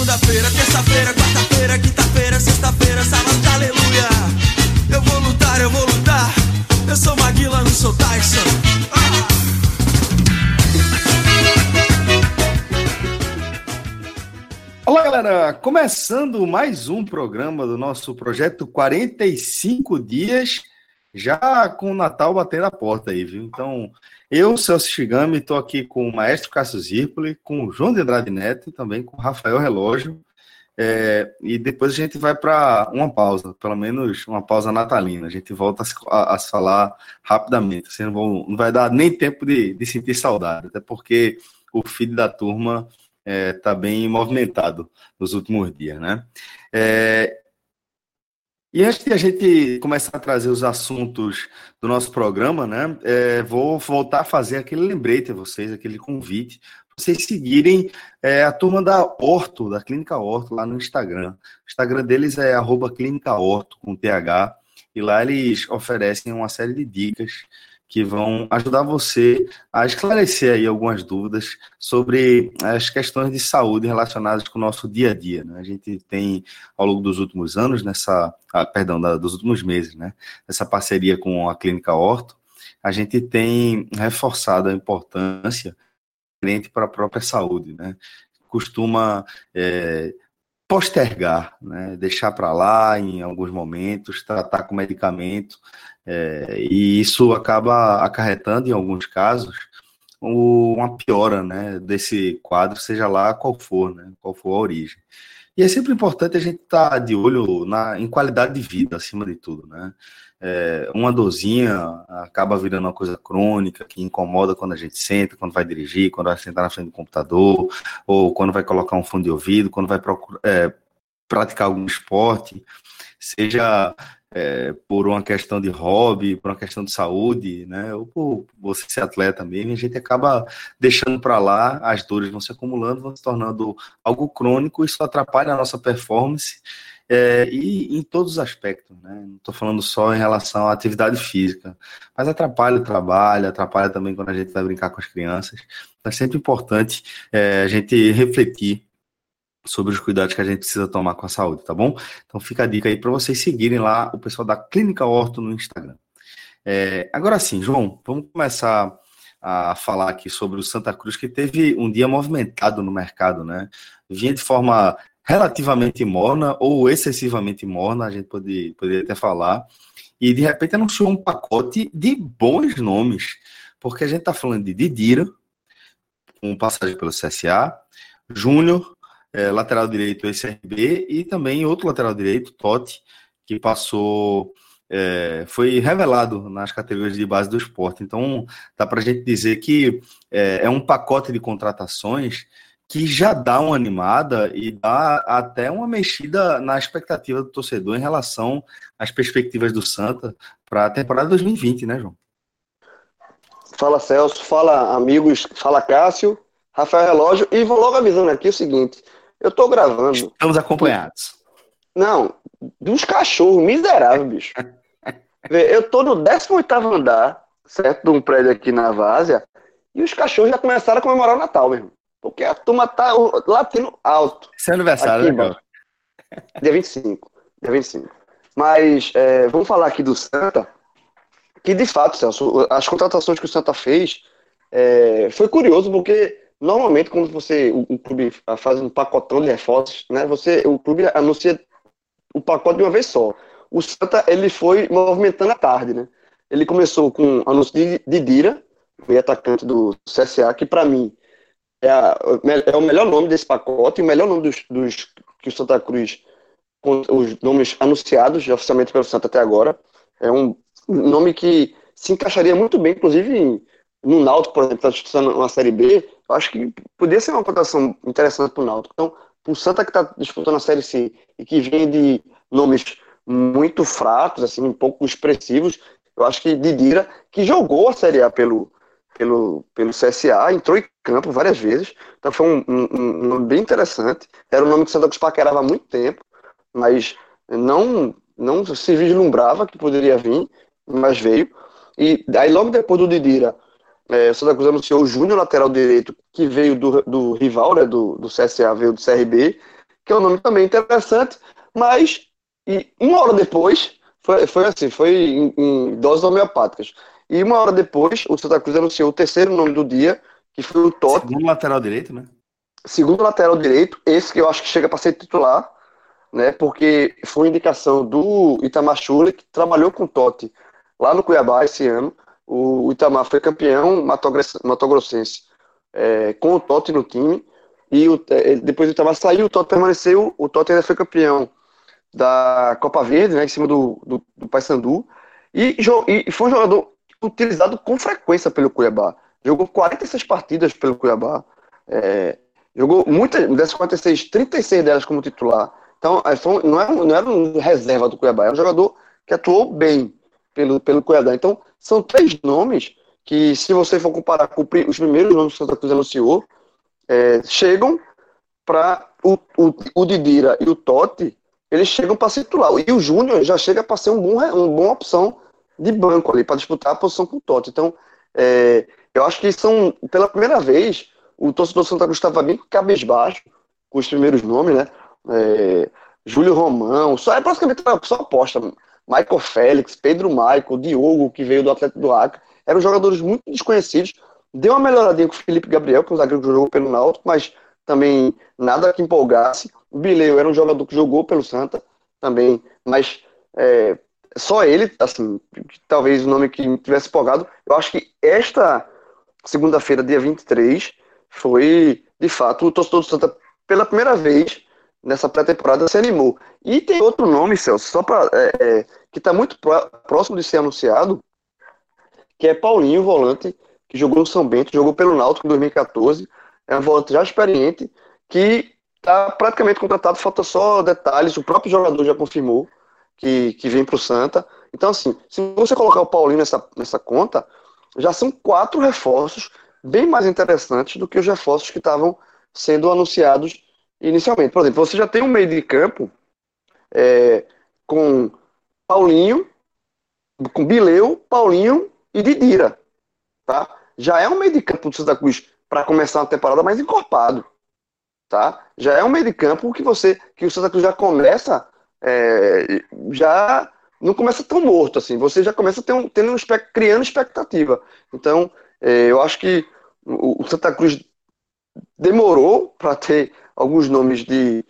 segunda-feira, terça-feira, quarta-feira, quinta-feira, sexta-feira, sábado de aleluia. Eu vou lutar, eu vou lutar. Eu sou Maguila, não sou Tyson. Olá, galera! Começando mais um programa do nosso projeto 45 dias, já com o Natal batendo a porta aí, viu? Então, eu, Celso Shigami, estou aqui com o maestro Cássio Zirpoli, com o João de Andrade Neto e também com o Rafael Relógio. E depois a gente vai para uma pausa, pelo menos uma pausa natalina. A gente volta a se falar rapidamente. Você não vai dar nem tempo de sentir saudade, até porque o feed da turma está bem movimentado nos últimos dias, né? E antes de a gente começar a trazer os assuntos do nosso programa, né? Vou voltar a fazer aquele lembrete a vocês, aquele convite, para vocês seguirem a turma da Orto, da Clínica Orto, lá no Instagram. O Instagram deles é @clínicaorto, com TH, e lá eles oferecem uma série de dicas que vão ajudar você a esclarecer aí algumas dúvidas sobre as questões de saúde relacionadas com o nosso dia a dia, né? A gente tem, ao longo dos últimos anos, dos últimos meses, né? Essa parceria com a Clínica Orto, a gente tem reforçado a importância para a própria saúde, né? Costuma postergar, né? Deixar para lá em alguns momentos, tratar com medicamento, e isso acaba acarretando, em alguns casos, uma piora, né, desse quadro, seja lá qual for, né, qual for a origem. E é sempre importante a gente estar de olho em qualidade de vida, acima de tudo, né? Uma dorzinha acaba virando uma coisa crônica, que incomoda quando a gente senta, quando vai dirigir, quando vai sentar na frente do computador, ou quando vai colocar um fone de ouvido, quando vai praticar algum esporte, seja por uma questão de hobby, por uma questão de saúde, né, ou por você ser atleta mesmo, a gente acaba deixando para lá, as dores vão se acumulando, vão se tornando algo crônico, isso atrapalha a nossa performance, e em todos os aspectos, né? Não estou falando só em relação à atividade física, mas atrapalha o trabalho, atrapalha também quando a gente vai brincar com as crianças. É sempre importante a gente refletir sobre os cuidados que a gente precisa tomar com a saúde, tá bom? Então fica a dica aí para vocês seguirem lá o pessoal da Clínica Orto no Instagram. Agora sim, João, vamos começar a falar aqui sobre o Santa Cruz, que teve um dia movimentado no mercado, né? Vinha de forma relativamente morna ou excessivamente morna, a gente poderia até falar, e de repente anunciou um pacote de bons nomes, porque a gente está falando de Didira, com passagem pelo CSA, Júnior, lateral direito ex-CRB, e também outro lateral direito, Totti, que passou, foi revelado nas categorias de base do esporte. Então, dá para a gente dizer que é um pacote de contratações que já dá uma animada e dá até uma mexida na expectativa do torcedor em relação às perspectivas do Santa para a temporada 2020, né, João? Fala, Celso, fala, amigos, fala, Cássio, Rafael Relógio, e vou logo avisando aqui o seguinte, eu tô gravando... Estamos acompanhados. Não, dos cachorros miseráveis, bicho. Eu tô no 18º andar, certo, de um prédio aqui na Várzea, e os cachorros já começaram a comemorar o Natal mesmo, porque a turma tá latindo alto. Esse é aniversário, né, cara? Dia 25. Mas vamos falar aqui do Santa, que de fato, Celso, as contratações que o Santa fez foi curioso, porque normalmente quando o clube faz um pacotão de reforços, né, o clube anuncia o pacote de uma vez só. O Santa, ele foi movimentando à tarde, né? Ele começou com o anúncio de Didira, o atacante do CSA, que para mim é o melhor nome desse pacote, o melhor nome dos que o Santa Cruz, os nomes anunciados oficialmente pelo Santa até agora. É um nome que se encaixaria muito bem, inclusive no Náutico, por exemplo, está disputando uma Série B. Eu acho que poderia ser uma cotação interessante para o Náutico. Então, o Santa que está disputando a Série C e que vem de nomes muito fracos, assim, um pouco expressivos, eu acho que Didira, que jogou a Série A pelo CSA, entrou em campo várias vezes, então foi um nome bem interessante. Era um nome que o Santa Cruz paquerava há muito tempo, mas não se vislumbrava que poderia vir, mas veio. E aí logo depois do Didira, o Santa Cruz anunciou o Júnior, lateral direito, que veio do rival, né, do CSA, veio do CRB, que é um nome também interessante, mas uma hora depois, foi em doses homeopáticas. E uma hora depois, o Santa Cruz anunciou o terceiro nome do dia, que foi o Totti. Segundo lateral direito, né? Segundo lateral direito, esse que eu acho que chega para ser titular, né? Porque foi indicação do Itamar Schurrer, que trabalhou com o Totti lá no Cuiabá esse ano. O Itamar foi campeão matogrossense com o Totti no time. E depois o Itamar saiu, o Totti permaneceu. O Totti ainda foi campeão da Copa Verde, né? Em cima do Paysandu. E foi um jogador utilizado com frequência pelo Cuiabá. Jogou 46 partidas pelo Cuiabá. Jogou muitas dessas 46, 36 delas como titular. Então, não era um reserva do Cuiabá, era um jogador que atuou bem pelo Cuiabá. Então, são três nomes que, se você for comparar com os primeiros nomes que o Santa Cruz anunciou, chegam para o Didira e o Totti, eles chegam para ser titular. E o Júnior já chega para ser uma boa opção de banco ali, para disputar a posição com o Totti. Então, eu acho que pela primeira vez, o torcedor do Santa Cruz estava bem cabisbaixo com os primeiros nomes, né? Júlio Romão, praticamente só aposta. Michael Félix, Pedro Michael, Diogo, que veio do Atlético do Acre, eram jogadores muito desconhecidos. Deu uma melhoradinha com o Felipe Gabriel, que é um zagueiro que jogou pelo Náutico, mas também nada que empolgasse. O Bileu era um jogador que jogou pelo Santa também, mas só ele, assim, talvez o nome que tivesse empolgado. Eu acho que esta segunda-feira, dia 23, foi, de fato, o torcedor do Santa, pela primeira vez nessa pré-temporada, se animou. E tem outro nome, Celso, só que está muito próximo de ser anunciado, que é Paulinho, volante, que jogou no São Bento, jogou pelo Náutico em 2014, é um volante já experiente, que está praticamente contratado, falta só detalhes, o próprio jogador já confirmou que vem para o Santa. Então, assim, se você colocar o Paulinho nessa conta, já são 4 reforços bem mais interessantes do que os reforços que estavam sendo anunciados inicialmente. Por exemplo, você já tem um meio de campo com Paulinho, com Bileu, Paulinho e Didira, tá? Já é um meio de campo do Santa Cruz para começar uma temporada mais encorpado, tá? Já é um meio de campo que o Santa Cruz já começa, já não começa tão morto assim. Você já começa criando expectativa. Então, eu acho que o Santa Cruz demorou para ter alguns nomes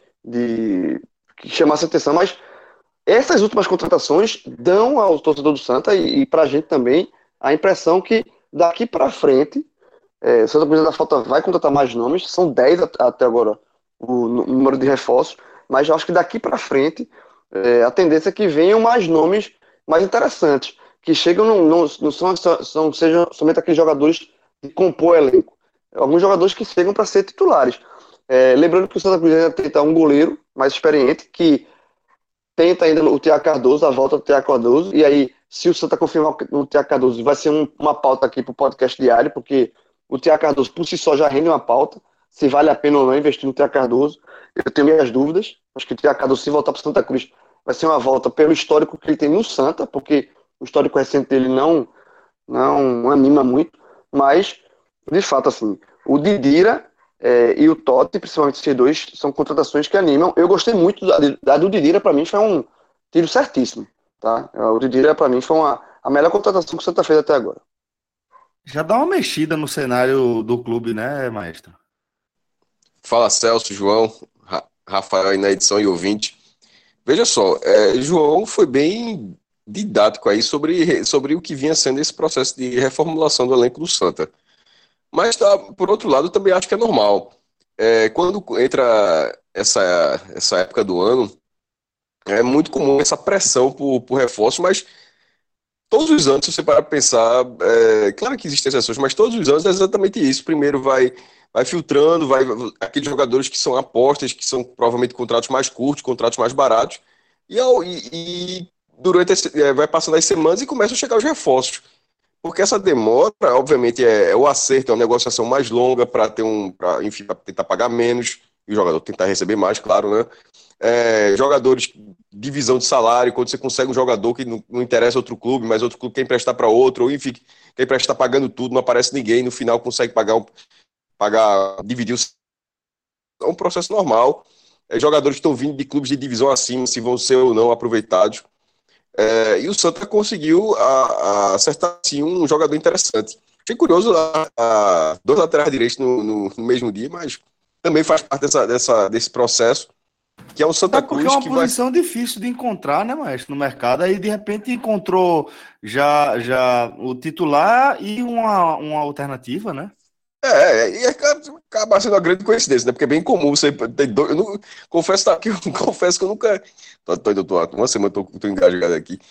que chamassem atenção, mas essas últimas contratações dão ao torcedor do Santa e para a gente também a impressão que daqui para frente o Santa Cruz da Falta vai contratar mais nomes, são 10 até agora o número de reforços, mas eu acho que daqui para frente a tendência é que venham mais nomes mais interessantes, que chegam, não sejam somente aqueles jogadores de compor elenco, alguns jogadores que chegam para ser titulares. Lembrando que o Santa Cruz ainda tenta um goleiro mais experiente, que tenta ainda o Thiago Cardoso, a volta do Thiago Cardoso, e aí, se o Santa confirmar o Thiago Cardoso, vai ser uma pauta aqui para o podcast diário, porque o Thiago Cardoso, por si só, já rende uma pauta, se vale a pena ou não investir no Thiago Cardoso. Eu tenho minhas dúvidas, acho que o Thiago Cardoso, se voltar para o Santa Cruz, vai ser uma volta pelo histórico que ele tem no Santa, porque o histórico recente dele não anima muito, mas, de fato, assim, o Didira e o Totti, principalmente esses dois, são contratações que animam. Eu gostei muito da do Didira, para mim foi um tiro certíssimo, tá? O Didira, para mim, foi a melhor contratação que o Santa fez até agora. Já dá uma mexida no cenário do clube, né, maestro? Fala, Celso, João, Rafael aí na edição e ouvinte. Veja só, João foi bem didático aí sobre o que vinha sendo esse processo de reformulação do elenco do Santa. Mas, por outro lado, também acho que é normal. Quando entra essa época do ano, é muito comum essa pressão por reforço, mas todos os anos, se você parar para pensar, claro que existem exceções, mas todos os anos é exatamente isso. Primeiro vai filtrando, aqueles jogadores que são apostas, que são provavelmente contratos mais curtos, contratos mais baratos, e durante vai passando as semanas e começam a chegar os reforços. Porque essa demora, obviamente, é o acerto, é uma negociação mais longa para tentar pagar menos, e o jogador tentar receber mais, claro, né? Jogadores, divisão de salário, quando você consegue um jogador que não interessa outro clube, mas outro clube quer emprestar para outro, ou enfim, quer emprestar pagando tudo, não aparece ninguém, no final consegue dividir é um processo normal. jogadores que estão vindo de clubes de divisão acima, se vão ser ou não aproveitados. E o Santa conseguiu acertar sim, um jogador interessante. Achei curioso dois laterais direitos no mesmo dia, mas também faz parte desse processo, que é o Santa Cruz. Porque é uma posição difícil de encontrar, né, maestro, no mercado. Aí, de repente, encontrou já o titular e uma alternativa, né? E acaba sendo uma grande coincidência, né? Porque é bem comum você ter dois. Confesso que eu nunca. Tô uma semana tô engasgado aqui,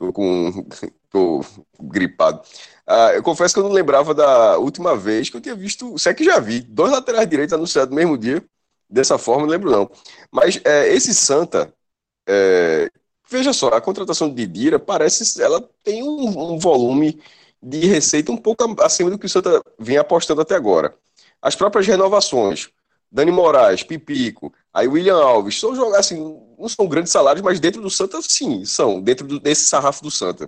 tô gripado. Eu confesso que eu não lembrava da última vez que eu tinha visto. Se é que já vi, dois laterais direitos anunciados no mesmo dia, dessa forma, não lembro não. Mas esse Santa. Veja só, a contratação de Didira ela tem um volume de receita um pouco acima do que o Santa vem apostando até agora. As próprias renovações, Dani Moraes, Pipico, aí William Alves, são jogar assim, não são grandes salários, mas dentro do Santa, sim, são, dentro desse sarrafo do Santa.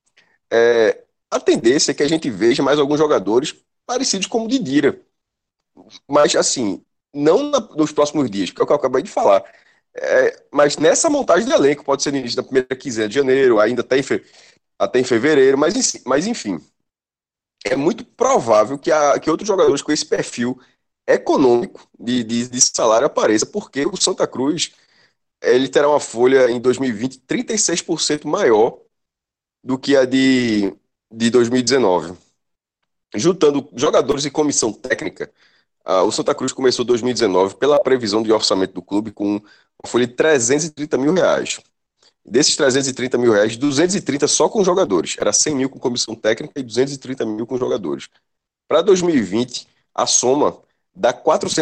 A tendência é que a gente veja mais alguns jogadores parecidos com o Didira. Mas, assim, não nos próximos dias, que é o que eu acabei de falar. Mas nessa montagem de elenco, pode ser no início da primeira quinzena de janeiro, ainda até em fevereiro, mas enfim, é muito provável que outros jogadores com esse perfil econômico de salário apareça, porque o Santa Cruz ele terá uma folha em 2020 36% maior do que a de 2019. Juntando jogadores e comissão técnica, o Santa Cruz começou 2019 pela previsão de orçamento do clube com uma folha de R$330 mil. Desses R$330 mil, 230 só com jogadores. Era 100 mil com comissão técnica e 230 mil com jogadores. Para 2020, a soma dá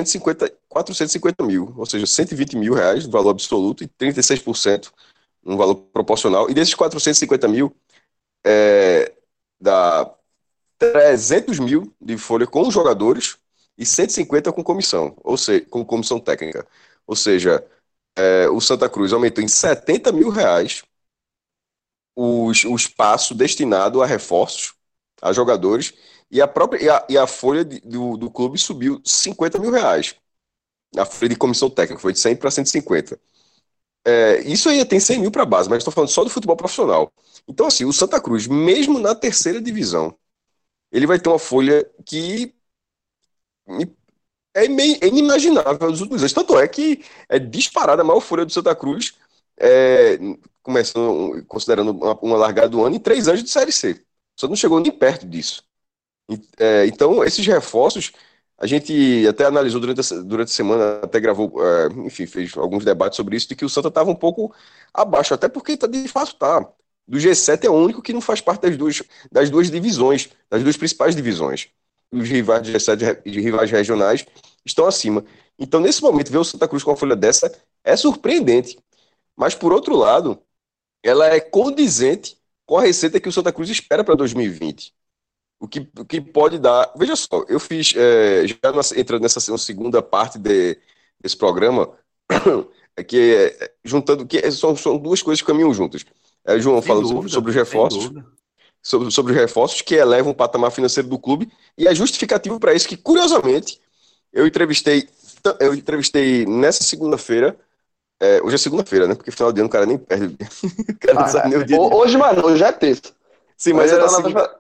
450 mil, ou seja, R$120 mil no valor absoluto e 36% no valor proporcional. E desses 450 mil, dá 300 mil de folha com jogadores e 150 com comissão, ou seja, com comissão técnica. Ou seja, o Santa Cruz aumentou em R$70 mil o espaço destinado a reforços, a jogadores, e a folha do clube subiu R$50 mil. A folha de comissão técnica foi de 100 para 150. Isso aí tem 100 mil para a base, mas estou falando só do futebol profissional. Então, assim, o Santa Cruz, mesmo na terceira divisão, ele vai ter uma folha que é meio inimaginável nos últimos anos. Tanto é que é disparada a maior folha do Santa Cruz, começando, considerando uma largada do ano, em 3 anos de Série C. Só não chegou nem perto disso. Então, esses reforços, a gente até analisou durante a semana, até gravou, enfim, fez alguns debates sobre isso, de que o Santa estava um pouco abaixo, até porque de fato tá. Do G7 é o único que não faz parte das duas divisões, das duas principais divisões. Os rivais de G7 e rivais regionais estão acima. Então, nesse momento, ver o Santa Cruz com uma folha dessa é surpreendente. Mas, por outro lado, ela é condizente com a receita que o Santa Cruz espera para 2020. O que pode dar... Veja só, eu fiz, já entrando nessa segunda parte desse programa, juntando, são duas coisas que caminham juntas. João falando sobre os reforços, sobre os reforços que elevam o patamar financeiro do clube, e é justificativo para isso que, curiosamente, eu entrevistei nessa segunda-feira. Hoje é segunda-feira, né? Porque final de ano o cara nem perde. O cara não sabe nem o dia. Hoje, mano, hoje é terça. Sim, mas é na segunda.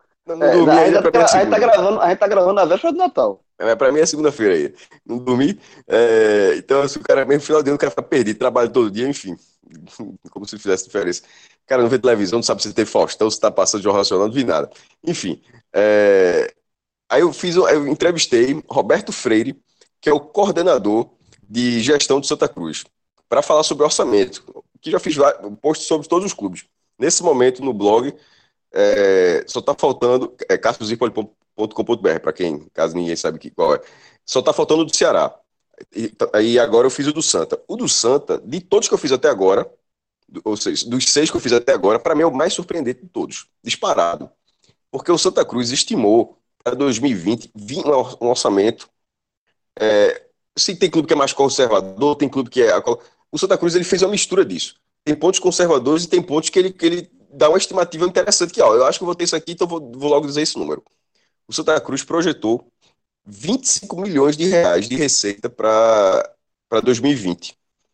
A gente tá gravando na véspera do Natal. Pra mim é segunda-feira aí. Não dormi. Então, se o cara mesmo final de ano, o cara fica perdido, trabalha todo dia, enfim. Como se fizesse diferença. O cara não vê televisão, não sabe se teve Faustão, se tá passando de Jornal Nacional, não vi nada. Enfim. Aí eu entrevistei Roberto Freire, que é o coordenador de gestão do Santa Cruz, para falar sobre orçamento, que já fiz posts sobre todos os clubes. Nesse momento, no blog, só está faltando cassiozirpoli.com.br, para quem, caso ninguém sabe qual é. Só está faltando o do Ceará. E agora eu fiz o do Santa. O do Santa, de todos que eu fiz até agora, ou seja, dos 6 que eu fiz até agora, para mim é o mais surpreendente de todos, disparado. Porque o Santa Cruz estimou para 2020 um orçamento. Se tem clube que é mais conservador, tem clube que é... O Santa Cruz ele fez uma mistura disso. Tem pontos conservadores e tem pontos que ele dá uma estimativa interessante, que eu acho que eu vou ter isso aqui, então vou logo dizer esse número. O Santa Cruz projetou R$25 milhões de receita para 2020.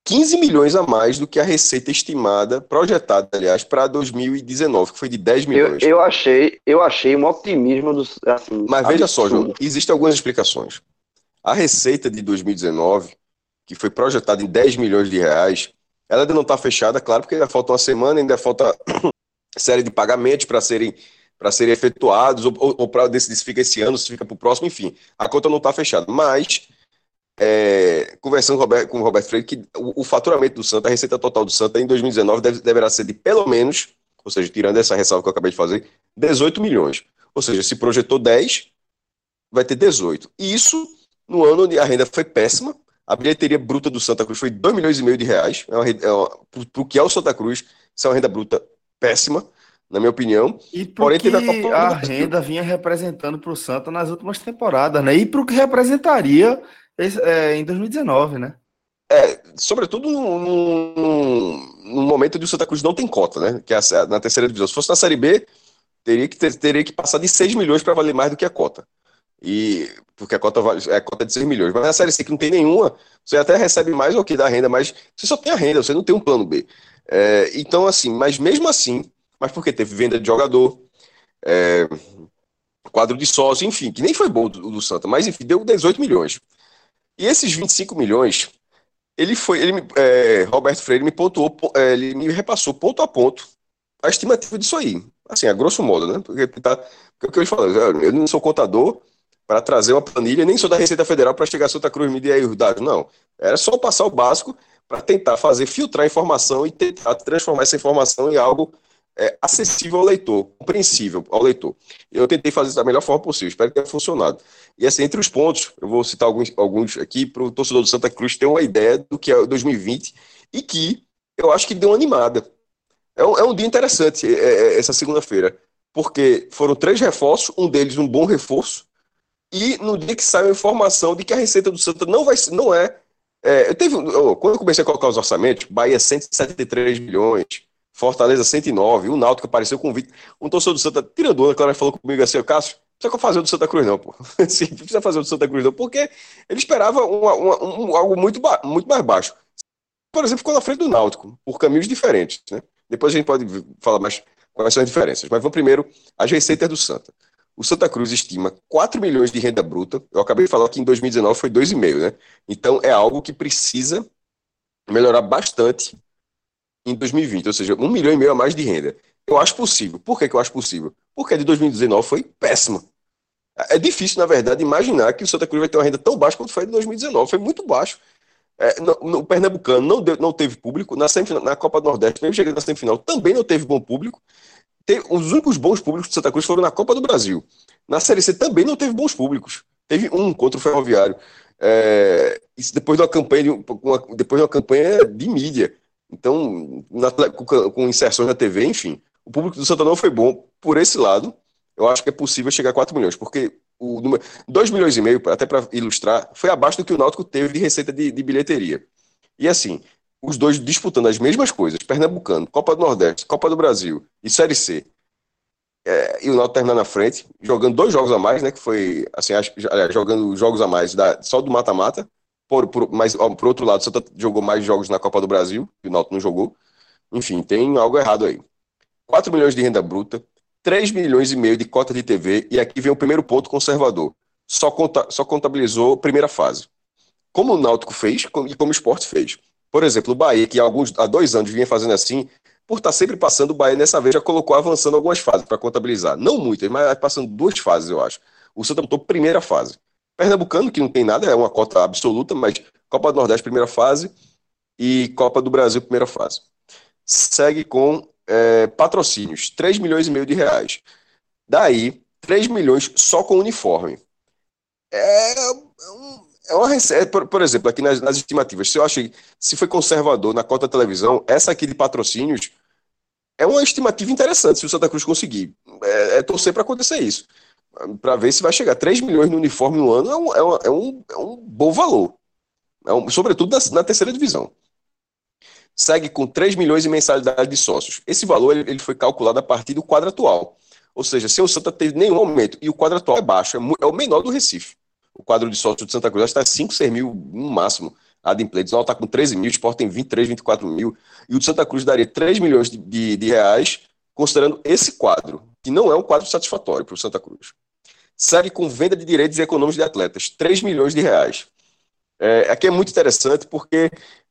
15 milhões a mais do que a receita estimada, projetada, aliás, para 2019, que foi de 10 milhões. Eu achei um otimismo assim, Mas veja só, absurdo. João, existem algumas explicações. A receita de 2019, que foi projetada em 10 milhões de reais, ela ainda não está fechada, claro, porque ainda falta uma semana, ainda falta série de pagamentos para serem efetuados, ou para decidir se fica esse ano, se fica para o próximo, enfim. A conta não está fechada. Mas, conversando com o Roberto Freire, que o faturamento do Santa, a receita total do Santa em 2019 deverá ser de pelo menos, ou seja, tirando essa ressalva que eu acabei de fazer, 18 milhões. Ou seja, se projetou 10, vai ter 18. E isso no ano onde a renda foi péssima. A bilheteria bruta do Santa Cruz foi 2 milhões e meio de reais. Para o que é o Santa Cruz, isso é uma renda bruta péssima, na minha opinião. E para que a renda vinha representando para o Santa nas últimas temporadas, né? E para o que representaria em 2019, né? Sobretudo no momento onde o Santa Cruz não tem cota, né? Que é na terceira divisão. Se fosse na Série B, teria que passar de 6 milhões para valer mais do que a cota. Porque a cota é a cota de 6 milhões. Mas na Série C, que não tem nenhuma, você até recebe mais o que dá renda, mas você só tem a renda, você não tem um plano B. Então, assim, mas mesmo assim, mas porque teve venda de jogador, quadro de sócio, enfim, que nem foi bom do Santa, mas enfim, deu 18 milhões. E esses 25 milhões, Roberto Freire me pontuou, ele me repassou ponto a ponto a estimativa disso aí. Assim, a grosso modo, né? Porque o que eu falo, eu não sou contador para trazer uma planilha, nem sou da Receita Federal para chegar a Santa Cruz e medir aí os dados, não. Era só passar o básico para tentar filtrar a informação e tentar transformar essa informação em algo acessível ao leitor, compreensível ao leitor. Eu tentei fazer isso da melhor forma possível, espero que tenha funcionado. E assim, entre os pontos, eu vou citar alguns aqui para o torcedor do Santa Cruz ter uma ideia do que é 2020 e que eu acho que deu uma animada. É um dia interessante essa segunda-feira, porque foram 3 reforços, um deles um bom reforço, e no dia que saiu a informação de que a receita do Santa não é. Quando eu comecei a colocar os orçamentos, Bahia 173 milhões, Fortaleza 109, o Náutico apareceu com 20. Um torcedor do Santa, tirando onda, claro, falou comigo assim, Cássio, não precisa fazer o do Santa Cruz não, pô. Sim, não precisa fazer o do Santa Cruz não, porque ele esperava algo muito mais baixo. Por exemplo, ficou na frente do Náutico, por caminhos diferentes, né? Depois a gente pode falar mais quais são as diferenças. Mas vamos primeiro as receitas do Santa. O Santa Cruz estima 4 milhões de renda bruta. Eu acabei de falar que em 2019 foi 2,5, né? Então é algo que precisa melhorar bastante em 2020, ou seja, 1,5 milhão a mais de renda. Eu acho possível. Por que eu acho possível? Porque a de 2019 foi péssima. É difícil, na verdade, imaginar que o Santa Cruz vai ter uma renda tão baixa quanto foi a de 2019. Foi muito baixo. No Pernambucano não teve público, na Copa do Nordeste, mesmo chegando na semifinal, também não teve bom público. Os únicos bons públicos do Santa Cruz foram na Copa do Brasil. Na Série C também não teve bons públicos. Teve um contra o Ferroviário. Isso depois de uma campanha de mídia. Então, com inserções na TV, enfim. O público do Santa não foi bom. Por esse lado, eu acho que é possível chegar a 4 milhões, porque 2 milhões e meio, até para ilustrar, foi abaixo do que o Náutico teve de receita de bilheteria. E assim, os dois disputando as mesmas coisas, Pernambucano, Copa do Nordeste, Copa do Brasil e Série C, e o Náutico terminar na frente, jogando 2 jogos a mais, né, que foi, assim, jogando jogos a mais só do mata-mata, mas por outro lado, o Santa jogou mais jogos na Copa do Brasil, e o Náutico não jogou. Enfim, tem algo errado aí. 4 milhões de renda bruta, 3 milhões e meio de cota de TV, e aqui vem o primeiro ponto conservador. Só contabilizou primeira fase. Como o Náutico fez e como o Sport fez. Por exemplo, o Bahia, que há 2 anos vinha fazendo assim, por estar sempre passando, o Bahia dessa vez já colocou avançando algumas fases para contabilizar. Não muitas, mas passando 2 fases, eu acho. O Santa botou primeira fase. Pernambucano, que não tem nada, é uma cota absoluta, mas Copa do Nordeste, primeira fase, e Copa do Brasil, primeira fase. Segue com patrocínios, 3 milhões e meio de reais. Daí, 3 milhões só com uniforme. É uma receita, por exemplo, aqui nas estimativas, se foi conservador na cota da televisão, essa aqui de patrocínios é uma estimativa interessante, se o Santa Cruz conseguir. Torcer para acontecer isso. Para ver se vai chegar. 3 milhões no uniforme no ano é um bom valor. Sobretudo na terceira divisão. Segue com 3 milhões em mensalidade de sócios. Esse valor ele foi calculado a partir do quadro atual. Ou seja, se o Santa teve nenhum aumento e o quadro atual é baixo, é o menor do Recife. O quadro de sócios de Santa Cruz está 5, 6 mil no máximo. adimplentes. O Náutico está com 13 mil, o Sport tem 23, 24 mil, e o de Santa Cruz daria 3 milhões de reais, considerando esse quadro, que não é um quadro satisfatório para o Santa Cruz. Segue com venda de direitos econômicos de atletas, 3 milhões de reais. Aqui é muito interessante porque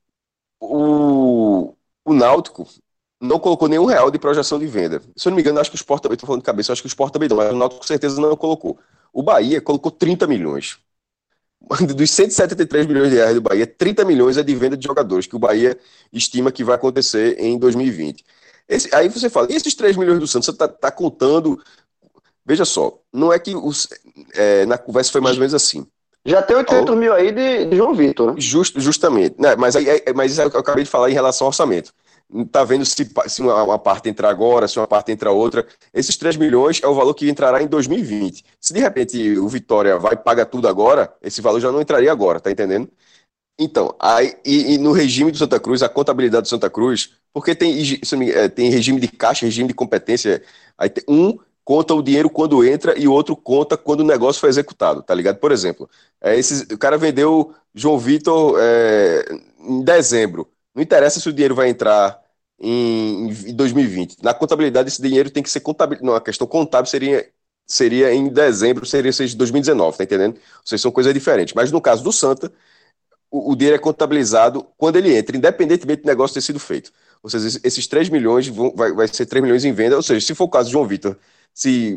o Náutico não colocou nenhum real de projeção de venda. Se eu não me engano, acho que o Sport também, estou falando de cabeça, acho que o Sport também não, mas o Náutico com certeza não colocou. O Bahia colocou 30 milhões. Dos 173 milhões de reais do Bahia, 30 milhões é de venda de jogadores, que o Bahia estima que vai acontecer em 2020. Aí você fala, e esses 3 milhões do Santos, você está contando... Veja só, não é que na conversa foi mais ou menos assim. Já tem 800 mil aí de João Vitor, né? Justamente. Né? Mas isso eu acabei de falar em relação ao orçamento. Tá vendo se uma parte entra agora, se uma parte entra outra. Esses 3 milhões é o valor que entrará em 2020. Se de repente o Vitória vai e paga tudo agora, esse valor já não entraria agora, tá entendendo? Então, e no regime do Santa Cruz, a contabilidade do Santa Cruz, porque tem regime de caixa, regime de competência, aí um conta o dinheiro quando entra e o outro conta quando o negócio foi executado, tá ligado? Por exemplo, o cara vendeu João Vitor em dezembro. Não interessa se o dinheiro vai entrar em 2020. Na contabilidade, esse dinheiro tem que ser contabilizado. Não, a questão contábil seria em dezembro, seria 2019, tá entendendo? Ou seja, são coisas diferentes. Mas no caso do Santa, o dinheiro é contabilizado quando ele entra, independentemente do negócio ter sido feito. Ou seja, esses 3 milhões vai ser 3 milhões em venda. Ou seja, se for o caso de João Vitor, sei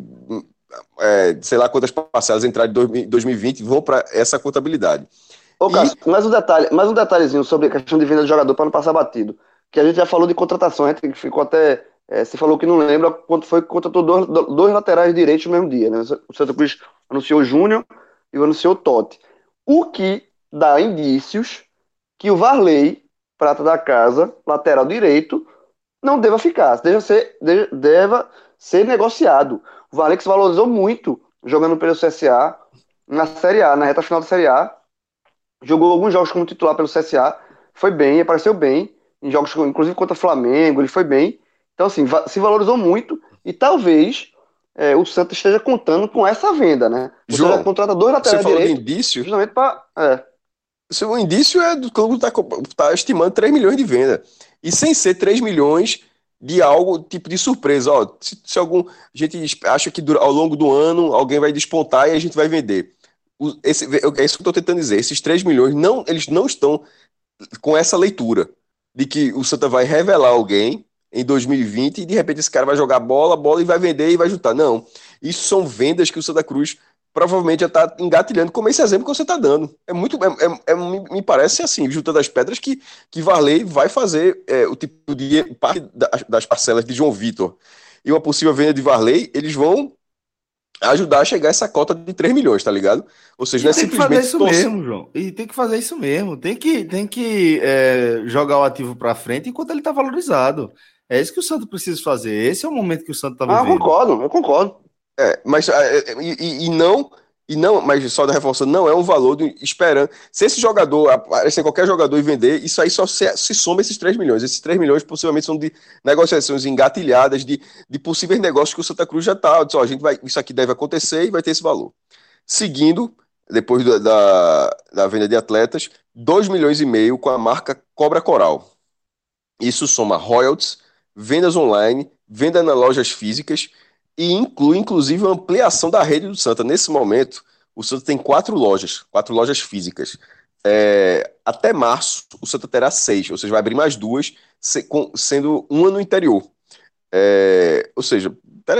lá quantas parcelas entrarem em 2020 vão para essa contabilidade. Ô, Cássio, mais um detalhezinho sobre a questão de venda de jogador para não passar batido. Que a gente já falou de contratação, a gente ficou até. Você falou que não lembra quanto foi que contratou dois laterais direitos no mesmo dia, né? O Santa Cruz anunciou o Júnior e anunciou o Totti. O que dá indícios que o Varley, prata da casa, lateral direito, não deva ficar, deva ser negociado. O Varley que se valorizou muito jogando pelo CSA na Série A, na reta final da Série A. Jogou alguns jogos como titular pelo CSA, foi bem, apareceu bem, em jogos, inclusive contra o Flamengo, ele foi bem. Então, assim, se valorizou muito e talvez o Santos esteja contando com essa venda, né? O João, Santos contrata dois laterais você falou direitos, de indício? justamente para... O indício é do clube tá estimando 3 milhões de venda. E sem ser 3 milhões de algo, tipo de surpresa. Ó, se a gente acha que ao longo do ano alguém vai despontar e a gente vai vender. É isso que eu estou tentando dizer. Esses 3 milhões, eles não estão com essa leitura de que o Santa vai revelar alguém em 2020 e de repente esse cara vai jogar bola e vai vender e vai juntar. Não. Isso são vendas que o Santa Cruz provavelmente já está engatilhando, como esse exemplo que você está dando. Me parece assim, juntando as pedras, que Varley vai fazer o tipo de parte das parcelas de João Vitor e uma possível venda de Varley, eles vão ajudar a chegar a essa cota de 3 milhões, tá ligado? Ou seja, não é tem que simplesmente... fazer isso mesmo, João. E tem que fazer isso mesmo. Tem que jogar o ativo para frente enquanto ele está valorizado. É isso que o Santos precisa fazer. Esse é o momento que o Santos está vivendo. Eu concordo. Mas mas só da reforçando, não é um valor esperando. Se esse jogador aparecer qualquer jogador e vender, isso aí só se soma esses 3 milhões. Esses 3 milhões possivelmente são de negociações engatilhadas, de possíveis negócios que o Santa Cruz já está. Isso aqui deve acontecer e vai ter esse valor. Seguindo, depois da venda de atletas, 2 milhões e meio com a marca Cobra Coral. Isso soma royalties, vendas online, venda nas lojas físicas e inclui, inclusive, a ampliação da rede do Santa. Nesse momento, o Santa tem 4 lojas físicas. Até março, o Santa terá 6, ou seja, vai abrir mais 2, sendo uma no interior. Ou seja,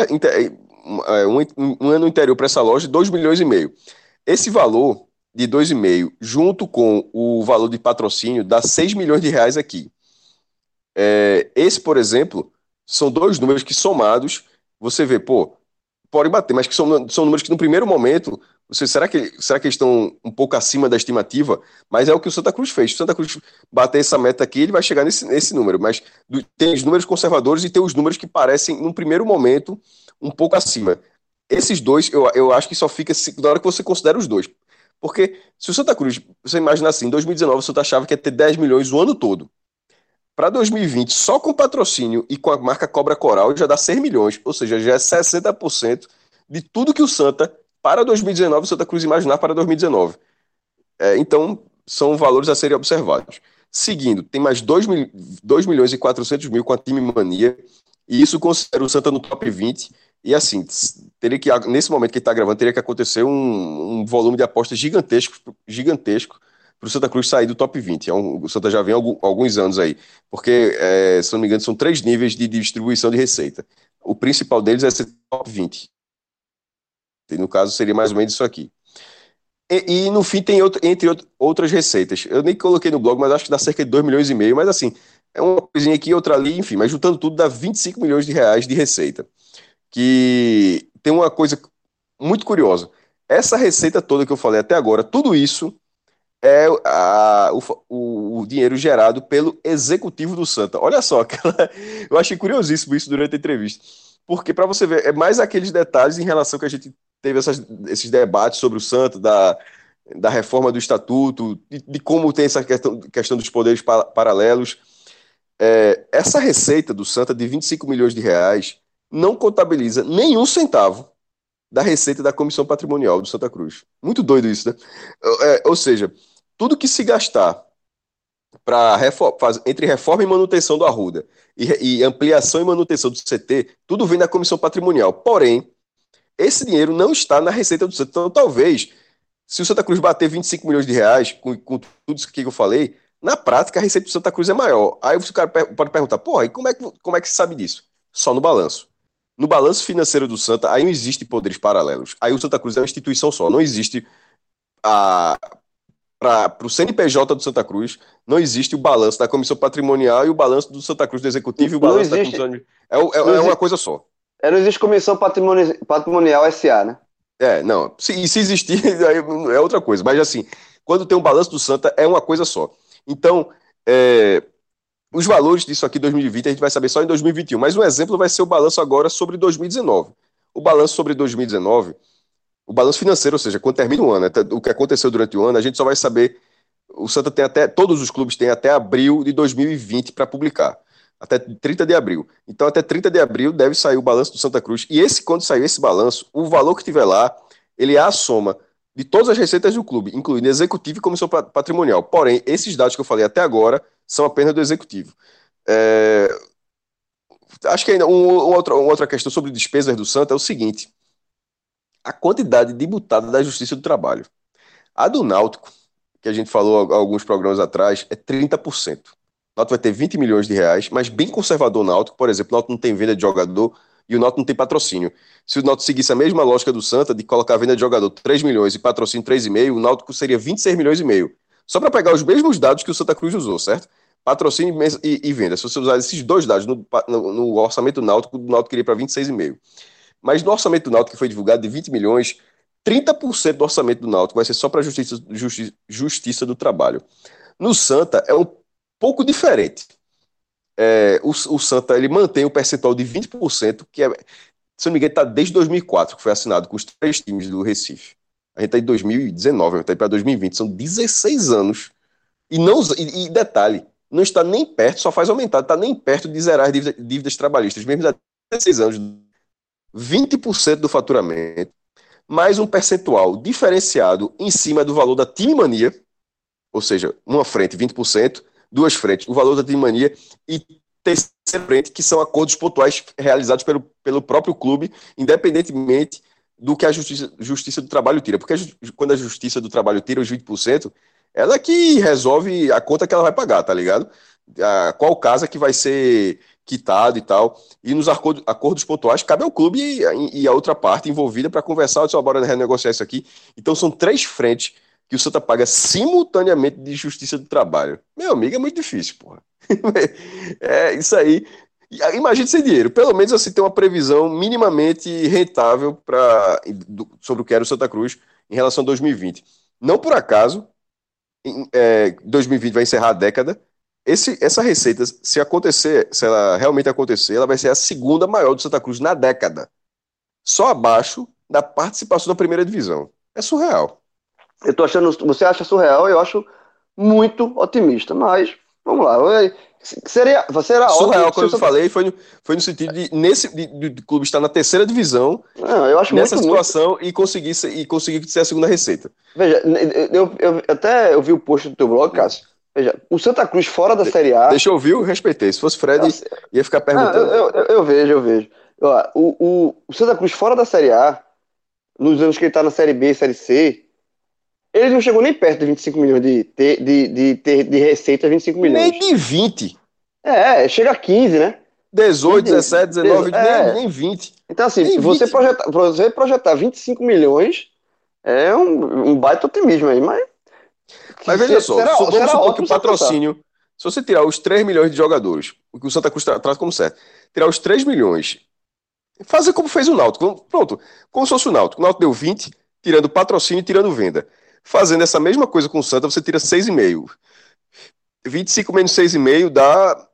um ano no interior para essa loja, 2 milhões e meio. Esse valor de 2,5, junto com o valor de patrocínio, dá 6 milhões de reais aqui. Esse, por exemplo, são 2 números que somados, você vê, pode bater, mas que são números que no primeiro momento, será que eles estão um pouco acima da estimativa? Mas é o que o Santa Cruz fez. Se o Santa Cruz bater essa meta aqui, ele vai chegar nesse número, mas tem os números conservadores e tem os números que parecem, num primeiro momento, um pouco acima. Esses 2, eu acho que só fica na hora que você considera os 2. Porque se o Santa Cruz, você imagina assim, em 2019 o Santa achava que ia ter 10 milhões o ano todo. Para 2020, só com patrocínio e com a marca Cobra Coral, já dá 6 milhões, ou seja, já é 60% de tudo que o Santa, para 2019, o Santa Cruz imaginar para 2019. Então, são valores a serem observados. Seguindo, tem mais 2 milhões e 400 mil com a Time Mania, e isso considera o Santa no top 20. E assim, teria que, nesse momento que ele está gravando, teria que acontecer um volume de apostas gigantesco para o Santa Cruz sair do top 20. O Santa já vem há alguns anos aí, porque, se não me engano, são 3 níveis de distribuição de receita. O principal deles é ser top 20. E no caso, seria mais ou menos isso aqui. E no fim tem outras receitas. Eu nem coloquei no blog, mas acho que dá cerca de 2 milhões e meio, mas assim, é uma coisinha aqui, outra ali, enfim, mas juntando tudo dá 25 milhões de reais de receita. Que tem uma coisa muito curiosa. Essa receita toda que eu falei até agora, tudo isso é o dinheiro gerado pelo executivo do Santa. Olha só, eu achei curiosíssimo isso durante a entrevista. Porque, para você ver, é mais aqueles detalhes em relação que a gente teve esses debates sobre o Santa, da reforma do estatuto, de como tem essa questão dos poderes paralelos. Essa receita do Santa de 25 milhões de reais não contabiliza nenhum centavo da receita da Comissão Patrimonial do Santa Cruz. Muito doido isso, né? Ou seja, tudo que se gastar entre reforma e manutenção do Arruda e ampliação e manutenção do CT, tudo vem da Comissão Patrimonial. Porém, esse dinheiro não está na receita do Santa. Então, talvez, se o Santa Cruz bater 25 milhões de reais com tudo isso que eu falei, na prática a receita do Santa Cruz é maior. Aí o cara pode perguntar, porra, e como é que se sabe disso? Só no balanço. No balanço financeiro do Santa, aí não existe poderes paralelos. Aí o Santa Cruz é uma instituição só. Não existe para o CNPJ do Santa Cruz, não existe o balanço da Comissão Patrimonial e o balanço do Santa Cruz do Executivo e o balanço da Comissão... É uma coisa só. Não existe Comissão Patrimonial SA, né? Não. Se existir, aí é outra coisa. Mas assim, quando tem um balanço do Santa, é uma coisa só. Então, os valores disso aqui 2020 a gente vai saber só em 2021. Mas um exemplo vai ser o balanço agora sobre 2019. O balanço sobre 2019... O balanço financeiro, ou seja, quando termina o ano, o que aconteceu durante o ano, a gente só vai saber. O Santa todos os clubes têm até abril de 2020 para publicar. Até 30 de abril. Então, até 30 de abril deve sair o balanço do Santa Cruz. E quando sair esse balanço, o valor que tiver lá, ele é a soma de todas as receitas do clube, incluindo executivo e comissão patrimonial. Porém, esses dados que eu falei até agora são apenas do executivo. Acho que ainda uma outra questão sobre despesas do Santa é o seguinte. A quantidade de butada da Justiça do Trabalho. A do Náutico, que a gente falou alguns programas atrás, é 30%. O Náutico vai ter 20 milhões de reais, mas bem conservador o Náutico. Por exemplo, o Náutico não tem venda de jogador e o Náutico não tem patrocínio. Se o Náutico seguisse a mesma lógica do Santa, de colocar a venda de jogador 3 milhões e patrocínio 3,5, o Náutico seria 26 milhões e meio. Só para pegar os mesmos dados que o Santa Cruz usou, certo? Patrocínio e venda. Se você usar esses dois dados no orçamento do Náutico iria para 26,5. Mas no orçamento do Náutico, que foi divulgado de 20 milhões, 30% do orçamento do Náutico vai ser só para a justiça do Trabalho. No Santa é um pouco diferente. O Santa ele mantém o percentual de 20%, que se não me engano, está desde 2004, que foi assinado com os 3 times do Recife. A gente está em 2019, a gente está para 2020, são 16 anos. E detalhe, não está nem perto, só faz aumentar, está nem perto de zerar as dívidas trabalhistas, mesmo há 16 anos. 20% do faturamento, mais um percentual diferenciado em cima do valor da Time Mania, ou seja, uma frente 20%, duas frentes, o valor da Time Mania, e terceira frente, que são acordos pontuais realizados pelo próprio clube, independentemente do que a Justiça do Trabalho tira. Porque quando a Justiça do Trabalho tira os 20%, ela que resolve a conta que ela vai pagar, tá ligado? Qual casa que vai ser quitado e tal, e nos acordos pontuais cabe ao clube e a outra parte envolvida para conversar, bora renegociar isso aqui. Então são 3 frentes que o Santa paga simultaneamente de Justiça do Trabalho. Meu amigo, é muito difícil, porra. Isso aí. Imagine sem dinheiro, pelo menos assim ter uma previsão minimamente rentável sobre o que era o Santa Cruz em relação a 2020. Não por acaso, 2020 vai encerrar a década. Essa receita, se ela realmente acontecer, ela vai ser a segunda maior do Santa Cruz na década. Só abaixo da participação da primeira divisão. É surreal. Você acha surreal, eu acho muito otimista, mas vamos lá. Seria Surreal, ótimo. quando eu falei, foi no sentido de clube estar na terceira divisão, Não, eu acho nessa muito, situação, e conseguir ser a segunda receita. Veja, eu vi o post do teu blog, Cássio. Veja, o Santa Cruz fora da Série A. Deixa eu ouvir, eu respeitei. Se fosse Fred, ia ficar Não, perguntando. eu vejo. Ó, o Santa Cruz fora da Série A, nos anos que ele tá na Série B e Série C, ele não chegou nem perto de 25 milhões de receita, 25 milhões. Nem de 20. Chega a 15, né? 18, 17, 19, nem 20. Então, assim, Nem você 20. projetar 25 milhões é um baita otimismo aí, mas Veja só, vamos supor que o ótimo se patrocínio, se você tirar os 3 milhões de jogadores, o que o Santa Cruz trata como certo, tirar os 3 milhões, fazer como fez o Náutico, pronto, como se fosse o Náutico deu 20, tirando patrocínio e tirando venda. Fazendo essa mesma coisa com o Santa, você tira 6,5. 25 menos 6,5 dá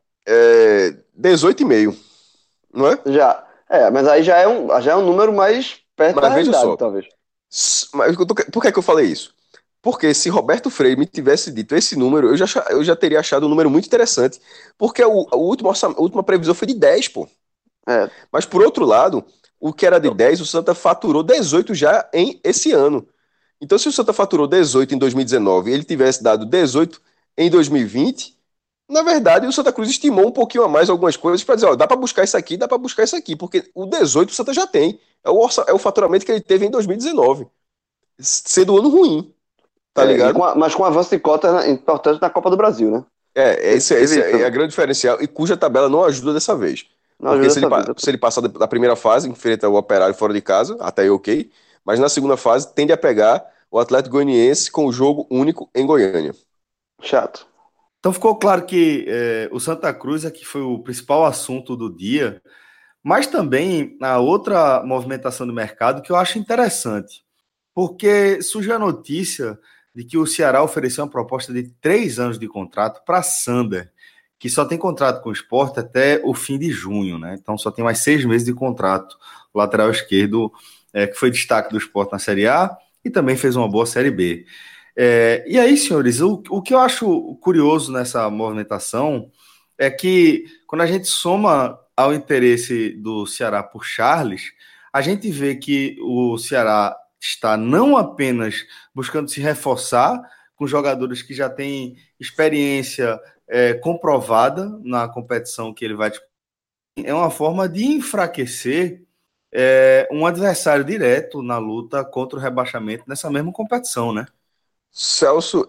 18,5, não é? Já. Mas aí já é um número mais perto da Mas veja realidade, só, talvez. Mas por que é que eu falei isso? Porque se Roberto Freire me tivesse dito esse número, eu já teria achado um número muito interessante. Porque a última previsão foi de 10, pô. É. Mas por outro lado, o que era de 10, o Santa faturou 18 já em esse ano. Então, se o Santa faturou 18 em 2019 e ele tivesse dado 18 em 2020, na verdade, o Santa Cruz estimou um pouquinho a mais algumas coisas para dizer, ó, dá para buscar isso aqui, porque o 18 o Santa já tem. É o faturamento que ele teve em 2019, sendo um ano ruim, tá ligado? Mas com avanço de cota importante na Copa do Brasil, né? Esse é a grande diferencial, e cuja tabela não ajuda dessa vez. Não Porque ajuda se ele passar da primeira fase, enfrenta o Operário fora de casa, até aí ok, mas na segunda fase tende a pegar o Atlético Goianiense com o jogo único em Goiânia. Chato. Então ficou claro que o Santa Cruz aqui foi o principal assunto do dia, mas também a outra movimentação do mercado que eu acho interessante, porque surgiu a notícia de que o Ceará ofereceu uma proposta de 3 anos de contrato para Sander, que só tem contrato com o Sport até o fim de junho, né? Então só tem mais 6 meses de contrato. O lateral esquerdo, que foi destaque do Sport na Série A e também fez uma boa Série B. E aí, senhores, o que eu acho curioso nessa movimentação é que quando a gente soma ao interesse do Ceará por Charles, a gente vê que o Ceará está não apenas buscando se reforçar com jogadores que já têm experiência comprovada na competição que ele vai disputar, é uma forma de enfraquecer um adversário direto na luta contra o rebaixamento nessa mesma competição, né? Celso,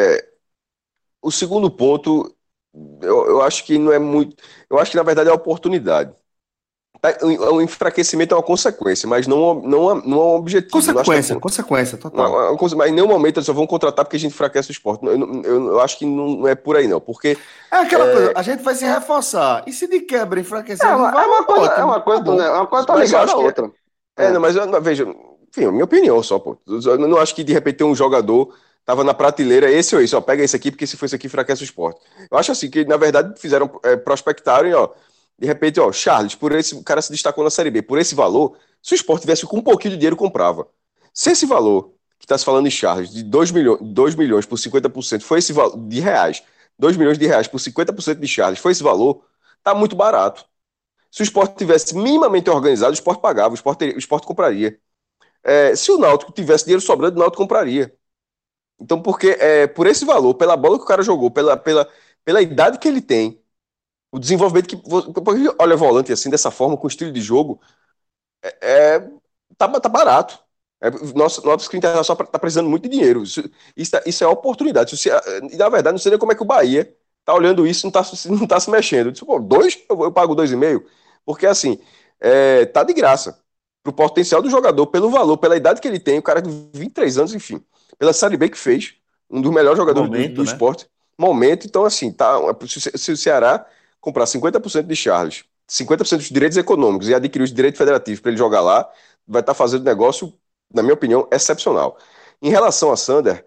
o segundo ponto, eu acho que não é muito. Eu acho que na verdade é a oportunidade. O enfraquecimento é uma consequência, mas não é um objetivo. Consequência, total. Mas em nenhum momento eles só vão contratar porque a gente enfraquece o esporte. Eu acho que não é por aí, não. Porque. É aquela coisa, a gente vai se reforçar. E se de quebra enfraquecer, É uma coisa tá ligada à outra. Não, mas veja, enfim, é a minha opinião só, pô. Eu não acho que de repente tem um jogador. Tava na prateleira, esse ou esse, ó, pega esse aqui, porque se for esse aqui, enfraquece o esporte. Eu acho assim, que na verdade fizeram, prospectarem, ó, de repente, ó, Charles, por esse o cara se destacou na Série B, por esse valor, se o esporte tivesse com um pouquinho de dinheiro, comprava. Se esse valor, que está se falando em Charles, de 2 milhões por 50%, foi esse valor, de reais, 2 milhões de reais por 50% de Charles, foi esse valor, tá muito barato. Se o esporte tivesse minimamente organizado, o esporte pagava, o esporte compraria. Se o Náutico tivesse dinheiro sobrando, o Náutico compraria. Então, porque por esse valor, pela bola que o cara jogou, pela idade que ele tem, o desenvolvimento que. Olha, volante assim, dessa forma, com estilo de jogo, tá barato. Nosso Internacional tá precisando muito de dinheiro. Isso é oportunidade. E na verdade, não sei nem como é que o Bahia tá olhando isso e não tá se mexendo. Eu disse, pô, 2, eu pago 2,5. Porque assim, tá de graça. Pro potencial do jogador, pelo valor, pela idade que ele tem, o cara de 23 anos, enfim. Pela Série B que fez, um dos melhores jogadores do esporte. Momento, então assim, se o Ceará comprar 50% de Charles, 50% dos direitos econômicos e adquirir os direitos federativos para ele jogar lá, vai estar fazendo negócio, na minha opinião, excepcional. Em relação a Sander,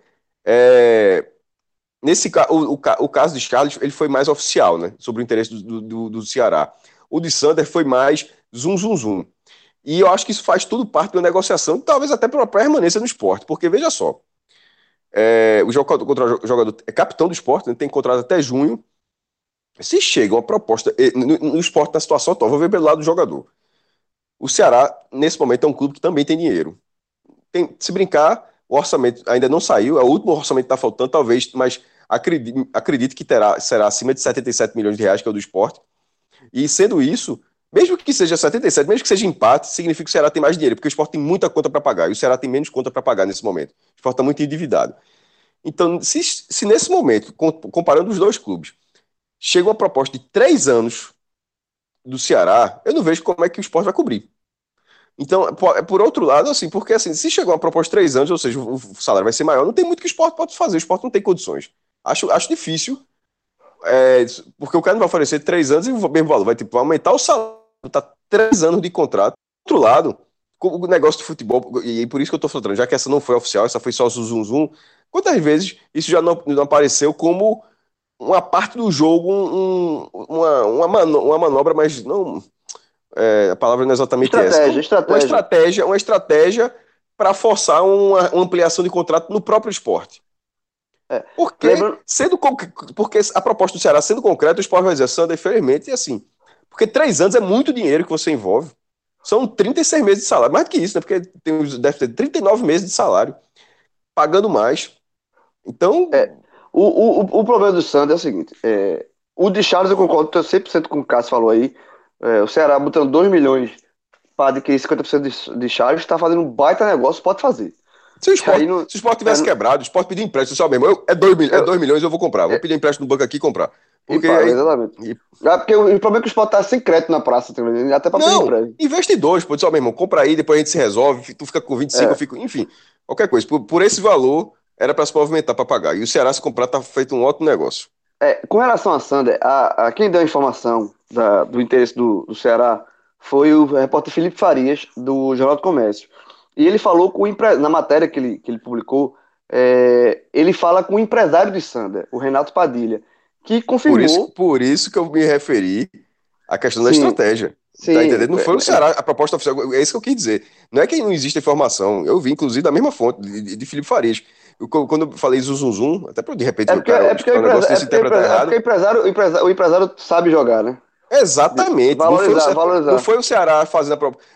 o caso de Charles ele foi mais oficial, né, sobre o interesse do Ceará. O de Sander foi mais zum. E eu acho que isso faz tudo parte de uma negociação, talvez até para uma permanência no esporte, porque veja só, o jogador é capitão do esporte, né, tem contrato até junho, Se chega uma proposta, no esporte na situação atual, vou ver pelo lado do jogador. O Ceará, nesse momento, é um clube que também tem dinheiro. Se brincar, o orçamento ainda não saiu, é o último orçamento que está faltando, talvez, mas acredito que será acima de 77 milhões de reais, que é o do esporte. E sendo isso, mesmo que seja 77, mesmo que seja empate, significa que o Ceará tem mais dinheiro, porque o esporte tem muita conta para pagar, e o Ceará tem menos conta para pagar nesse momento. O esporte está muito endividado. Então, se nesse momento, comparando os dois clubes, chega uma proposta de 3 anos do Ceará, eu não vejo como é que o esporte vai cobrir. Então, por outro lado, assim, porque assim, se chegar uma proposta de 3 anos, ou seja, o salário vai ser maior, não tem muito que o esporte pode fazer, o esporte não tem condições. Acho difícil, porque o cara não vai oferecer 3 anos e o mesmo valor, vai, tipo, vai aumentar o salário, tá 3 anos de contrato. Por outro lado, o negócio de futebol, e por isso que eu tô falando, já que essa não foi oficial, essa foi só zum zum, quantas vezes isso já não apareceu como uma parte do jogo, uma manobra, mas não. A palavra não é exatamente essa. Uma estratégia para forçar uma ampliação de contrato no próprio esporte. Porque a proposta do Ceará sendo concreta, o esporte vai dizer, Sander, infelizmente, e assim. Porque 3 anos é muito dinheiro que você envolve. São 36 meses de salário. Mais do que isso, né? Porque deve ter 39 meses de salário. Pagando mais. Então. O problema do Sander é o seguinte: o de Charles eu concordo 100% com o que o Cássio falou aí. O Ceará botando 2 milhões para adquirir 50% de Charles está fazendo um baita negócio, pode fazer. Se o esporte tivesse quebrado, o esporte pedir empréstimo, só mesmo, é 2 milhões, eu vou comprar. Vou pedir empréstimo no banco aqui e comprar. Porque exatamente. Porque o problema é que o esporte tá sem crédito na praça, até para pedir empréstimo. Investidores, pô, só mesmo, compra aí, depois a gente se resolve, tu fica com 25, eu fico, enfim, qualquer coisa. Por esse valor, era para se movimentar para pagar. E o Ceará, se comprar, tá feito um ótimo negócio. Com relação a Sander, quem deu a informação do interesse do Ceará foi o repórter Felipe Farias, do Jornal do Comércio. E ele falou na matéria que ele publicou, ele fala com o empresário de Sander, o Renato Padilha, que confirmou... Por isso que eu me referi à questão da estratégia. Sim, tá entendendo? Não foi o Ceará, a proposta oficial, é isso que eu quis dizer. Não é que não existe informação, eu vi, inclusive, da mesma fonte, de Felipe Farias. Quando eu falei zum, até para de repente o negócio desse interpretar errado. É porque o empresário sabe jogar, né? Exatamente. Valorizar. Não foi o Ceará fazendo a proposta.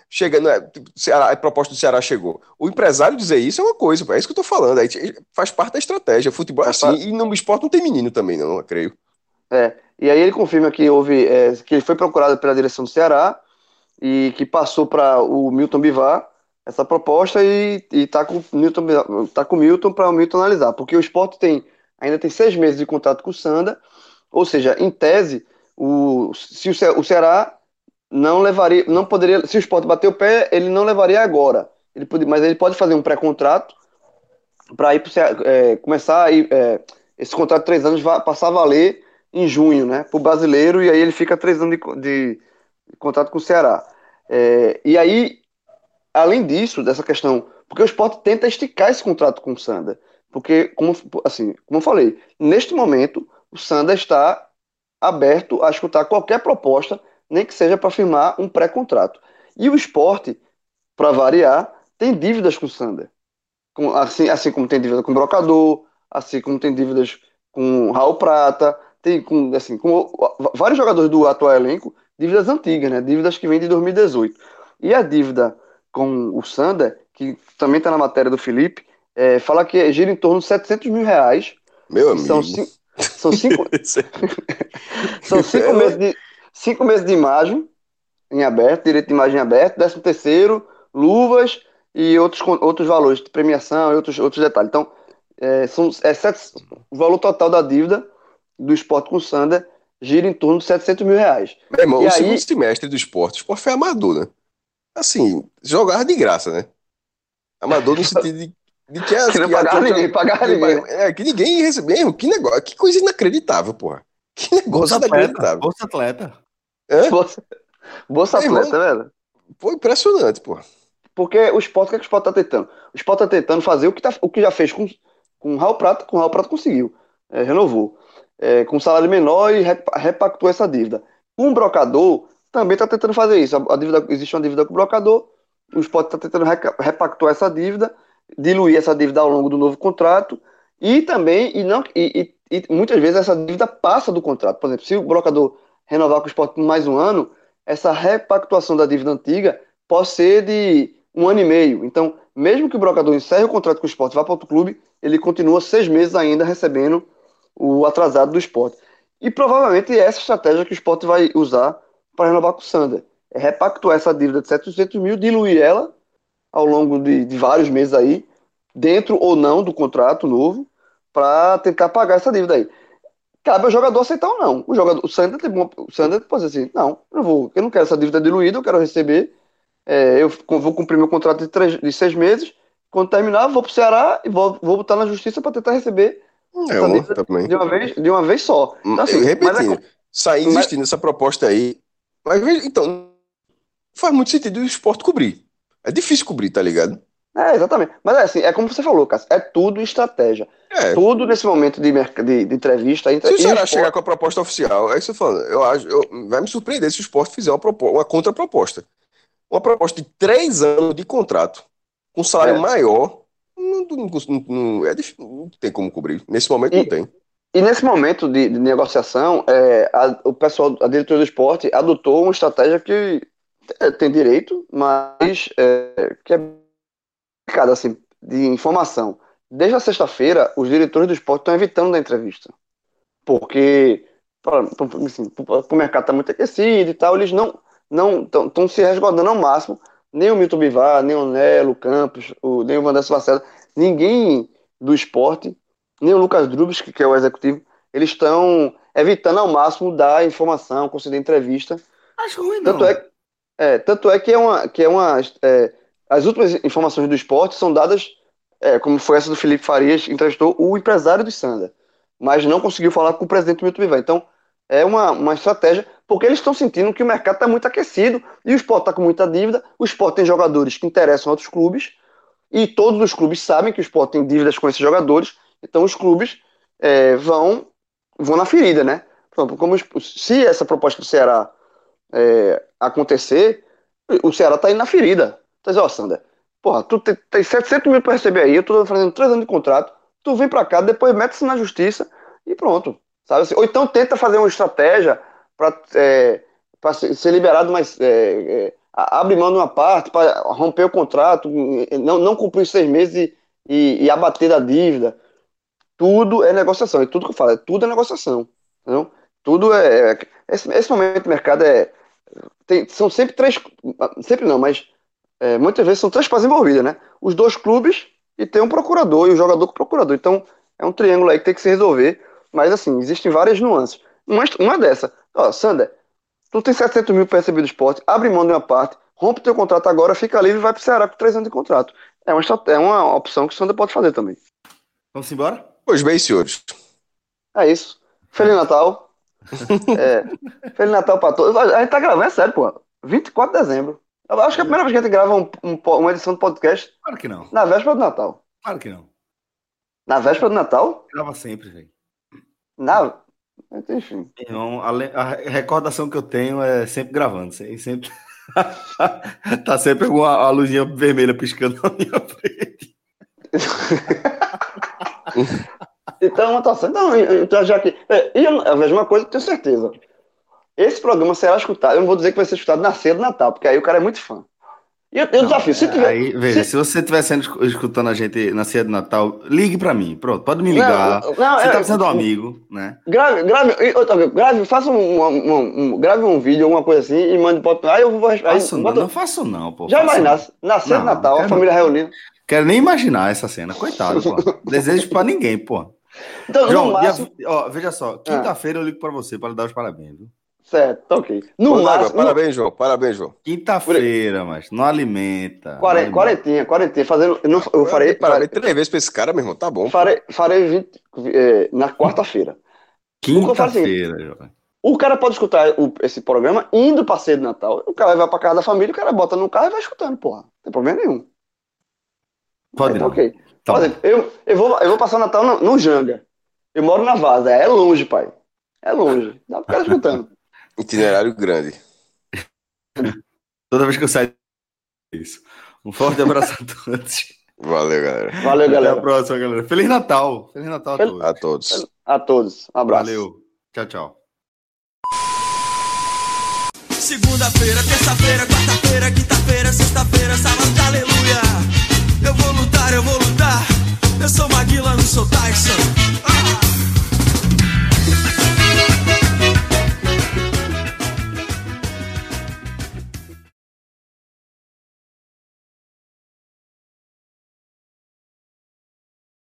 A proposta do Ceará chegou. O empresário dizer isso é uma coisa, é isso que eu tô falando. Aí faz parte da estratégia. Futebol é assim. E no esporte não tem menino também, não, eu creio. E aí ele confirma que que ele foi procurado pela direção do Ceará e que passou para o Milton Bivar essa proposta e tá com o Milton para o Milton analisar. Porque o esporte ainda tem 6 meses de contrato com o Sander, ou seja, em tese, se o Ceará não poderia, se o Sport bater o pé, ele não levaria agora. Mas ele pode fazer um pré-contrato para ir começar esse contrato de 3 anos vai passar a valer em junho, né? Para o brasileiro, e aí ele fica 3 anos de contrato com o Ceará. E aí, além disso, dessa questão, porque o Sport tenta esticar esse contrato com o Sander. Porque, como eu falei, neste momento, o Sander está aberto a escutar qualquer proposta, nem que seja para firmar um pré-contrato. E o Sport, para variar, tem dívidas com o Sander. Assim como tem dívida com o Brocador, assim como tem dívidas com o Raul Prata, tem com vários jogadores do atual elenco, dívidas antigas, né? Dívidas que vêm de 2018. E a dívida com o Sander, que também está na matéria do Felipe, fala que gira em torno de 700 mil reais. Meu amigo. São 5 cinco meses de imagem em aberto, direito de imagem em aberto, 13º, luvas e outros valores de premiação e outros detalhes. Então, o valor total da dívida do Sport com o Sander gira em torno de 700 mil reais. Meu irmão, o segundo semestre do Sport, o Sport foi amador, né? Assim, jogava de graça, né? Amador no sentido de que não pagava ninguém. Que ninguém recebeu. Que negócio, que coisa inacreditável, porra. Que negócio inacreditável. Bolsa Atleta. Bolsa Atleta, velho. Foi impressionante, porra. Porque o que é que o Sport tá tentando? O Sport tá tentando fazer o que já fez com o Raul Prata, o Raul Prata conseguiu. Renovou. Com salário menor e repactou essa dívida. Com o Brocador, também tá tentando fazer isso. Existe uma dívida com o Brocador, o Sport tá tentando repactuar essa dívida, diluir essa dívida ao longo do novo contrato e também e muitas vezes essa dívida passa do contrato. Por exemplo, se o brocador renovar com o Sport por mais um ano, essa repactuação da dívida antiga pode ser de 1 ano e meio. Então, mesmo que o brocador encerre o contrato com o Sport e vá para outro clube, ele continua 6 meses ainda recebendo o atrasado do Sport. E provavelmente é essa estratégia que o Sport vai usar para renovar com o Sander. É repactuar essa dívida de 700 mil, diluir ela ao longo de vários meses aí, dentro ou não do contrato novo, para tentar pagar essa dívida aí. Cabe ao jogador aceitar ou não. O Sander pode dizer assim, não, eu não quero essa dívida diluída, eu quero receber, eu vou cumprir meu contrato de 6 meses, quando terminar, vou para o Ceará e vou botar na justiça para tentar receber essa dívida também. de uma vez só. Então, assim, Repetindo, sair insistindo nessa proposta aí, mas então, faz muito sentido o Sport cobrir. É difícil cobrir, tá ligado? Exatamente. Mas assim, é como você falou, Cássio, é tudo estratégia. Tudo nesse momento de entrevista. Se o Ceará chegar com a proposta oficial, é isso que eu tô falando, vai me surpreender se o Sport fizer uma contraproposta. Uma proposta de 3 anos de contrato, com salário maior, não tem como cobrir. Nesse momento não tem. E nesse momento de negociação, o pessoal, a diretoria do Sport adotou uma estratégia que tem direito, mas que é complicada, assim, de informação. Desde a sexta-feira, os diretores do Sport estão evitando da entrevista. Porque assim, o mercado está muito aquecido e tal, eles não estão se resguardando ao máximo. Nem o Milton Bivar, nem o Nelo Campos, nem o Wanderson Lacerda, ninguém do Sport, nem o Lucas Drubis, que é o executivo, eles estão evitando ao máximo dar informação, conceder entrevista. Acho ruim, não. Tanto é que as últimas informações do Sport são dadas, como foi essa do Felipe Farias, que entrevistou o empresário do Sander, mas não conseguiu falar com o presidente do Milton Bivar. Então, é uma estratégia, porque eles estão sentindo que o mercado está muito aquecido e o Sport está com muita dívida. O Sport tem jogadores que interessam a outros clubes e todos os clubes sabem que o Sport tem dívidas com esses jogadores, então os clubes vão na ferida, né? Se essa proposta do Ceará acontecer, o Ceará tá indo na ferida. Então, ó, Sander, porra, tu tem 700 mil para receber aí, eu tô fazendo 3 anos de contrato, tu vem para cá, depois mete-se na justiça e pronto. Sabe assim? Ou então tenta fazer uma estratégia para ser liberado, mas abre mão de uma parte para romper o contrato, não cumprir os 6 meses e abater da dívida. Tudo é negociação, é tudo que eu falo, tudo é negociação. Entendeu? Tudo esse momento do mercado são sempre três, sempre não, mas muitas vezes são 3 partes envolvidas, né? Os 2 clubes e tem um procurador e o jogador com o procurador. Então é um triângulo aí que tem que se resolver. Mas assim, existem várias nuances. Uma dessa, ó, Sander, tu tem 700 mil para receber do Sport, abre mão de uma parte, rompe teu contrato agora, fica livre e vai pro Ceará com 3 anos de contrato. É uma opção que o Sander pode fazer também. Vamos embora? Pois bem, senhores. É isso. Feliz Natal. Feliz Natal pra todos. A gente tá gravando, é sério, pô. 24 de dezembro. Eu acho que é a primeira vez que a gente grava uma edição do podcast. Claro que não. Na véspera do Natal. Claro que não. Na véspera do Natal? Grava sempre, velho. Enfim. Então, a recordação que eu tenho é sempre gravando. Sempre. Tá sempre a luzinha vermelha piscando na minha frente. Então, já que. Eu vejo uma coisa que tenho certeza. Esse programa será escutado. Eu não vou dizer que vai ser escutado na ceia do Natal, porque aí o cara é muito fã. E eu desafio, se tiver. Aí, veja, se você estiver escutando a gente na ceia do Natal, ligue pra mim. Pronto, pode me ligar. Você tá precisando de um amigo, né? Grave, faça grave um vídeo, alguma coisa assim, e mande para. Aí eu vou. Não faço não, pô. Já imaginar, na ceia do Natal, a família reunida. Quero nem imaginar essa cena, coitado, pô. Desejo pra ninguém, pô. Então, João, veja só, quinta-feira eu ligo pra você para lhe dar os parabéns, viu? Certo, tá ok. No máximo. Parabéns, João. Parabéns, João. Quinta-feira, mas não alimenta. Quarentinha. Fazendo. Eu farei. Parabéns 3 vezes pra esse cara, meu irmão. Tá bom. Farei 20 na quarta-feira. Quinta-feira, João. O cara pode escutar esse programa indo pra ceia de Natal. O cara vai pra casa da família, o cara bota no carro e vai escutando, porra. Não tem problema nenhum. Pode não. Ok. Tá. Por exemplo, eu vou passar o Natal no Janga. Eu moro na Vaza. É longe, pai. É longe. Dá pro cara escutando. Itinerário grande. Toda vez que eu saio isso. Um forte abraço a todos. Valeu, galera. Valeu, galera. Até a próxima, galera. Feliz Natal. Feliz Natal a todos. A todos. a todos. Um abraço. Valeu. Tchau, tchau. Segunda-feira, terça-feira, quarta-feira, quinta-feira, sexta-feira, sábado, aleluia. Eu vou lutar, eu sou Maguila, não sou Tyson.